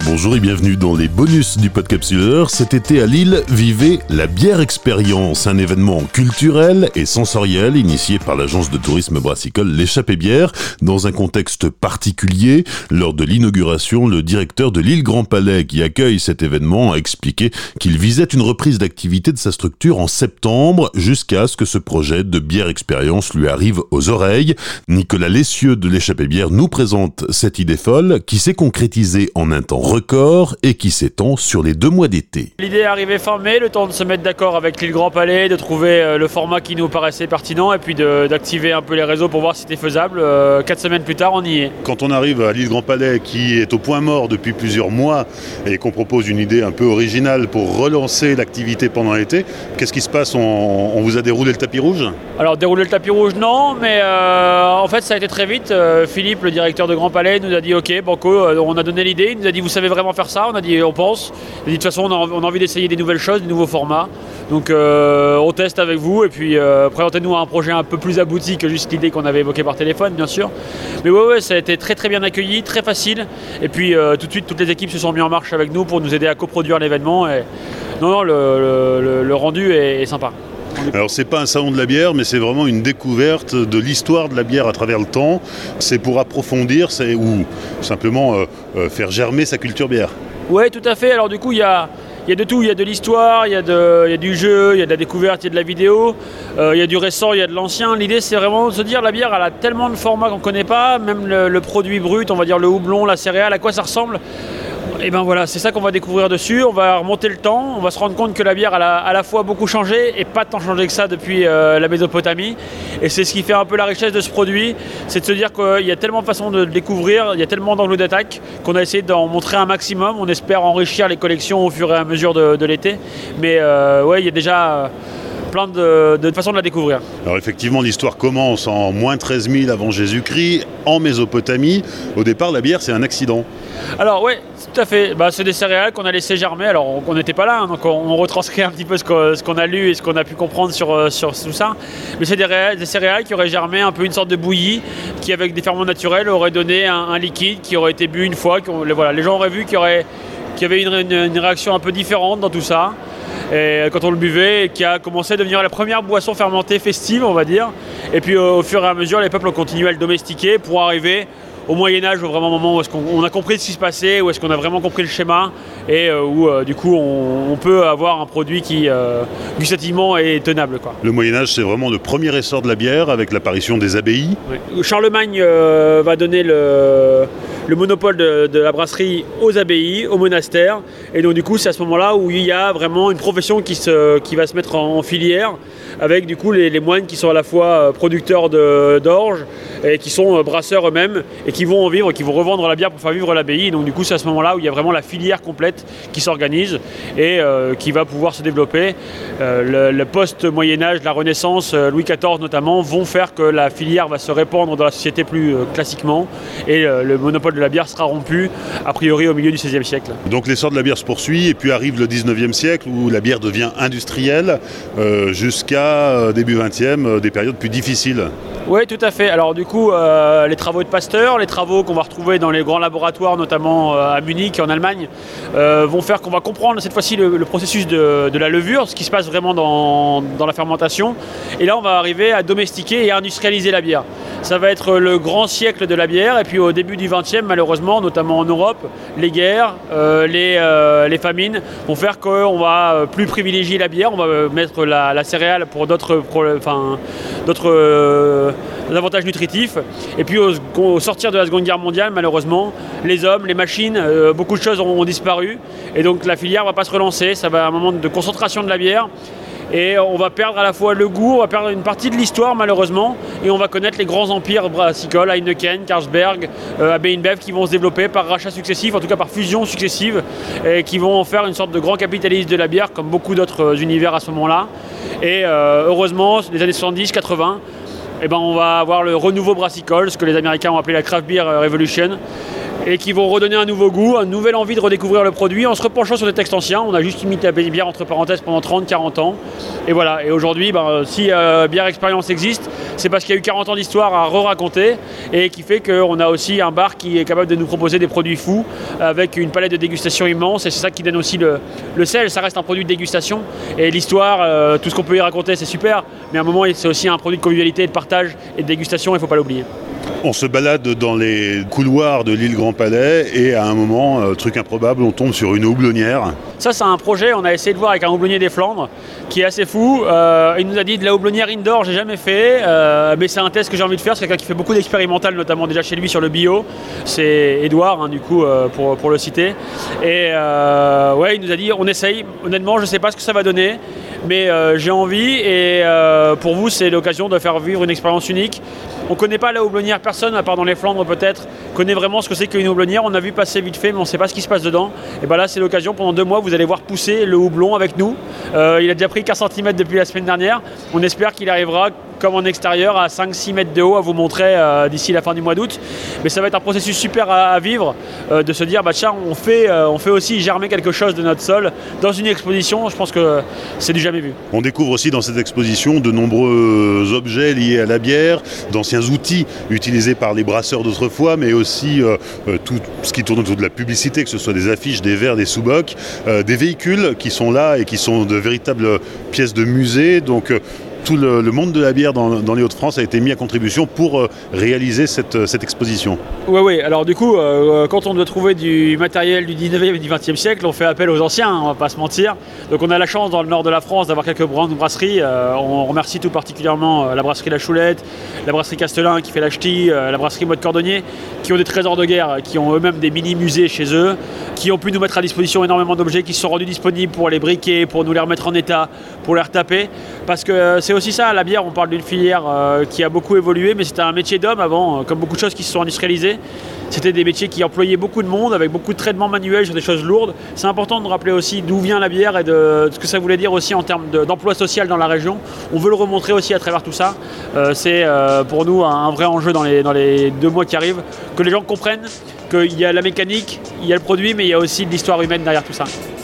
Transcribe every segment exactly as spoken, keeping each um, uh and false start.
Bonjour et bienvenue dans les bonus du Podcapsuleur. Cet été à Lille, vivez la bière expérience, un événement culturel et sensoriel initié par l'agence de tourisme brassicole L'Échappée Bière. Dans un contexte particulier, lors de l'inauguration, le directeur de Lille Grand Palais qui accueille cet événement a expliqué qu'il visait une reprise d'activité de sa structure en septembre jusqu'à ce que ce projet de bière expérience lui arrive aux oreilles. Nicolas Lessieux de L'Échappée Bière nous présente cette idée folle qui s'est concrétisée en un temps record et qui s'étend sur les deux mois d'été. L'idée est arrivée fin mai, le temps de se mettre d'accord avec Lille Grand Palais, de trouver le format qui nous paraissait pertinent et puis de, d'activer un peu les réseaux pour voir si c'était faisable. Euh, quatre semaines plus tard, on y est. Quand on arrive à Lille Grand Palais qui est au point mort depuis plusieurs mois et qu'on propose une idée un peu originale pour relancer l'activité pendant l'été, qu'est-ce qui se passe? on, on vous a déroulé le tapis rouge? Alors dérouler le tapis rouge, non, mais euh, en fait ça a été très vite. Euh, Philippe, le directeur de Grand Palais, nous a dit ok, banco, euh, on a donné l'idée, il nous a dit vous savez vraiment faire ça? On a dit on pense. Il a dit de toute façon on a, on a envie d'essayer des nouvelles choses, des nouveaux formats. Donc euh, on teste avec vous et puis euh, présentez-nous un projet un peu plus abouti que juste l'idée qu'on avait évoquée par téléphone, bien sûr. Mais ouais, ouais, ça a été très très bien accueilli, très facile. Et puis euh, tout de suite, toutes les équipes se sont mises en marche avec nous pour nous aider à coproduire l'événement. Et non, non, le, le, le rendu est, est sympa. Alors c'est pas un salon de la bière, mais c'est vraiment une découverte de l'histoire de la bière à travers le temps. C'est pour approfondir c'est, ou simplement euh, euh, faire germer sa culture bière. Oui, tout à fait. Alors du coup, il y a... Il y a de tout, il y a de l'histoire, il y a, de, il y a du jeu, il y a de la découverte, il y a de la vidéo, euh, il y a du récent, il y a de l'ancien. L'idée c'est vraiment de se dire la bière elle a tellement de formats qu'on ne connaît pas, même le, le produit brut, on va dire le houblon, la céréale, à quoi ça ressemble. Et ben voilà, c'est ça qu'on va découvrir dessus, on va remonter le temps, on va se rendre compte que la bière elle a à la fois beaucoup changé et pas tant changé que ça depuis euh, la Mésopotamie. Et c'est ce qui fait un peu la richesse de ce produit, c'est de se dire qu'il y a tellement de façons de le découvrir, il y a tellement d'angles d'attaque qu'on a essayé d'en montrer un maximum. On espère enrichir les collections au fur et à mesure de, de l'été. Mais euh, ouais, il y a déjà... Euh, plein de, de façons de la découvrir. Alors effectivement, l'histoire commence en moins treize mille avant Jésus-Christ, en Mésopotamie. Au départ, la bière, c'est un accident. Alors oui, tout à fait. Bah, c'est des céréales qu'on a laissé germer. Alors on n'était pas là, hein, donc on, on retranscrit un petit peu ce qu'on, ce qu'on a lu et ce qu'on a pu comprendre sur, sur tout ça. Mais c'est des, ré, des céréales qui auraient germé un peu une sorte de bouillie, qui avec des ferments naturels aurait donné un, un liquide qui aurait été bu une fois. Voilà, les gens auraient vu qu'il y, aurait, qu'il y avait une, une, une réaction un peu différente dans tout ça. Et quand on le buvait, qui a commencé à devenir la première boisson fermentée festive, on va dire. Et puis au fur et à mesure, les peuples ont continué à le domestiquer pour arriver au Moyen-Âge, au vraiment moment où est-ce qu'on on a compris ce qui se passait, où est-ce qu'on a vraiment compris le schéma, et euh, où euh, du coup on, on peut avoir un produit qui euh, gustativement est tenable, quoi. Le Moyen-Âge, c'est vraiment le premier essor de la bière avec l'apparition des abbayes. Oui. Charlemagne euh, va donner le, le monopole de, de la brasserie aux abbayes, aux monastères, et donc du coup c'est à ce moment-là où il y a vraiment une profession qui, se, qui va se mettre en, en filière, avec du coup les, les moines qui sont à la fois producteurs de, d'orge et qui sont brasseurs eux-mêmes et qui vont en vivre, qui vont revendre la bière pour faire vivre l'abbaye. Donc du coup c'est à ce moment-là où il y a vraiment la filière complète qui s'organise et euh, qui va pouvoir se développer. Euh, le, le post-Moyen-Âge, la Renaissance, euh, Louis quatorze notamment, vont faire que la filière va se répandre dans la société plus euh, classiquement et euh, le monopole de la bière sera rompu a priori au milieu du seizième siècle. Donc l'essor de la bière se poursuit et puis arrive le dix-neuvième siècle où la bière devient industrielle euh, jusqu'à euh, début vingtième, euh, des périodes plus difficiles. Oui, tout à fait. Alors du coup, euh, les travaux de Pasteur, les travaux qu'on va retrouver dans les grands laboratoires, notamment euh, à Munich, en Allemagne, euh, vont faire qu'on va comprendre cette fois-ci le, le processus de, de la levure, ce qui se passe vraiment dans, dans la fermentation. Et là, on va arriver à domestiquer et à industrialiser la bière. Ça va être le grand siècle de la bière. Et puis au début du vingtième, malheureusement, notamment en Europe, les guerres, euh, les, euh, les famines vont faire qu'on va plus privilégier la bière. On va mettre la, la céréale pour d'autres, enfin, d'autres euh, avantages nutritifs. Et puis au, au sortir de la Seconde Guerre mondiale, malheureusement, les hommes, les machines, euh, beaucoup de choses ont, ont disparu. Et donc la filière ne va pas se relancer. Ça va à un moment de concentration de la bière. Et on va perdre à la fois le goût, on va perdre une partie de l'histoire malheureusement, et on va connaître les grands empires brassicoles, Heineken, Carlsberg, euh, A B InBev, qui vont se développer par rachats successifs, en tout cas par fusions successives, et qui vont en faire une sorte de grand capitaliste de la bière, comme beaucoup d'autres univers à ce moment-là. Et euh, heureusement, les années soixante-dix quatre-vingts, eh ben, on va avoir le renouveau brassicole, ce que les Américains ont appelé la Craft Beer Revolution. et qui vont redonner un nouveau goût, une nouvelle envie de redécouvrir le produit en se repenchant sur des textes anciens. On a juste imité la bière entre parenthèses pendant trente à quarante ans. Et voilà, et aujourd'hui, ben, si euh, Bière Expérience existe, c'est parce qu'il y a eu quarante ans d'histoire à re-raconter et qui fait qu'on a aussi un bar qui est capable de nous proposer des produits fous avec une palette de dégustation immense, et c'est ça qui donne aussi le, le sel. Ça reste un produit de dégustation et l'histoire, euh, tout ce qu'on peut y raconter, c'est super, mais à un moment, c'est aussi un produit de convivialité, de partage et de dégustation, il ne faut pas l'oublier. On se balade dans les couloirs de l'île Grand Palais et à un moment, euh, truc improbable, on tombe sur une houblonnière. Ça, c'est un projet, on a essayé de voir avec un houblonnier des Flandres qui est assez fou. Euh, il nous a dit de la houblonnière indoor, j'ai jamais fait, euh, mais c'est un test que j'ai envie de faire. C'est quelqu'un qui fait beaucoup d'expérimental, notamment déjà chez lui sur le bio. C'est Edouard, hein, du coup, euh, pour, pour le citer. Et euh, ouais, il nous a dit on essaye. Honnêtement, je ne sais pas ce que ça va donner, mais euh, j'ai envie. Et euh, pour vous, c'est l'occasion de faire vivre une expérience unique. On ne connaît pas la houblonnière, personne, à part dans les Flandres peut-être, connaît vraiment ce que c'est qu'une houblonnière. On a vu passer vite fait, mais on ne sait pas ce qui se passe dedans. Et bien là, c'est l'occasion, pendant deux mois, vous allez voir pousser le houblon avec nous. Euh, il a déjà pris quinze centimètres depuis la semaine dernière. On espère qu'il arrivera, comme en extérieur, à cinq six mètres de haut à vous montrer euh, d'ici la fin du mois d'août. Mais ça va être un processus super à, à vivre, euh, de se dire, bah tiens, on fait, euh, on fait aussi germer quelque chose de notre sol dans une exposition. Je pense que c'est du jamais vu. On découvre aussi dans cette exposition de nombreux objets liés à la bière, d'anciens outils utilisés par les brasseurs d'autrefois, mais aussi euh, tout ce qui tourne autour de la publicité, que ce soit des affiches, des verres, des sous-bocs, euh, des véhicules qui sont là et qui sont de véritables pièces de musée. Donc euh, tout le, le monde de la bière dans, dans les Hauts-de-France a été mis à contribution pour euh, réaliser cette, cette exposition. Oui, oui. Alors du coup, euh, quand on doit trouver du matériel du dix-neuvième et du vingtième siècle, on fait appel aux anciens, hein, on va pas se mentir. Donc on a la chance dans le nord de la France d'avoir quelques grandes brasseries. Euh, on remercie tout particulièrement euh, la brasserie La Choulette, la brasserie Castelin qui fait la ch'ti, euh, la brasserie Motte Cordonnier, qui ont des trésors de guerre, qui ont eux-mêmes des mini-musées chez eux, qui ont pu nous mettre à disposition énormément d'objets qui se sont rendus disponibles pour les briquer, pour nous les remettre en état, pour les retaper. Parce que euh, c'est aussi ça, la bière, on parle d'une filière euh, qui a beaucoup évolué, mais c'était un métier d'homme avant, euh, comme beaucoup de choses qui se sont industrialisées. C'était des métiers qui employaient beaucoup de monde, avec beaucoup de traitements manuels sur des choses lourdes. C'est important de rappeler aussi d'où vient la bière et de ce que ça voulait dire aussi en termes de, d'emploi social dans la région. On veut le remontrer aussi à travers tout ça. Euh, c'est euh, pour nous un, un vrai enjeu dans les, dans les deux mois qui arrivent, que les gens comprennent qu'il y a la mécanique, il y a le produit, mais il y a aussi de l'histoire humaine derrière tout ça.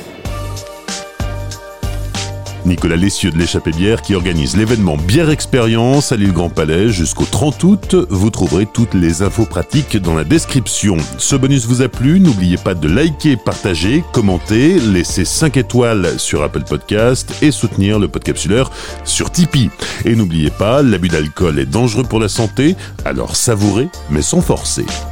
Nicolas Lessieux de l'Échappée Bière qui organise l'événement Bière Expérience à l'île Grand Palais jusqu'au trente août. Vous trouverez toutes les infos pratiques dans la description. Ce bonus vous a plu, n'oubliez pas de liker, partager, commenter, laisser cinq étoiles sur Apple Podcast et soutenir le Podcapsuleur sur Tipeee. Et n'oubliez pas, l'abus d'alcool est dangereux pour la santé, alors savourez mais sans forcer.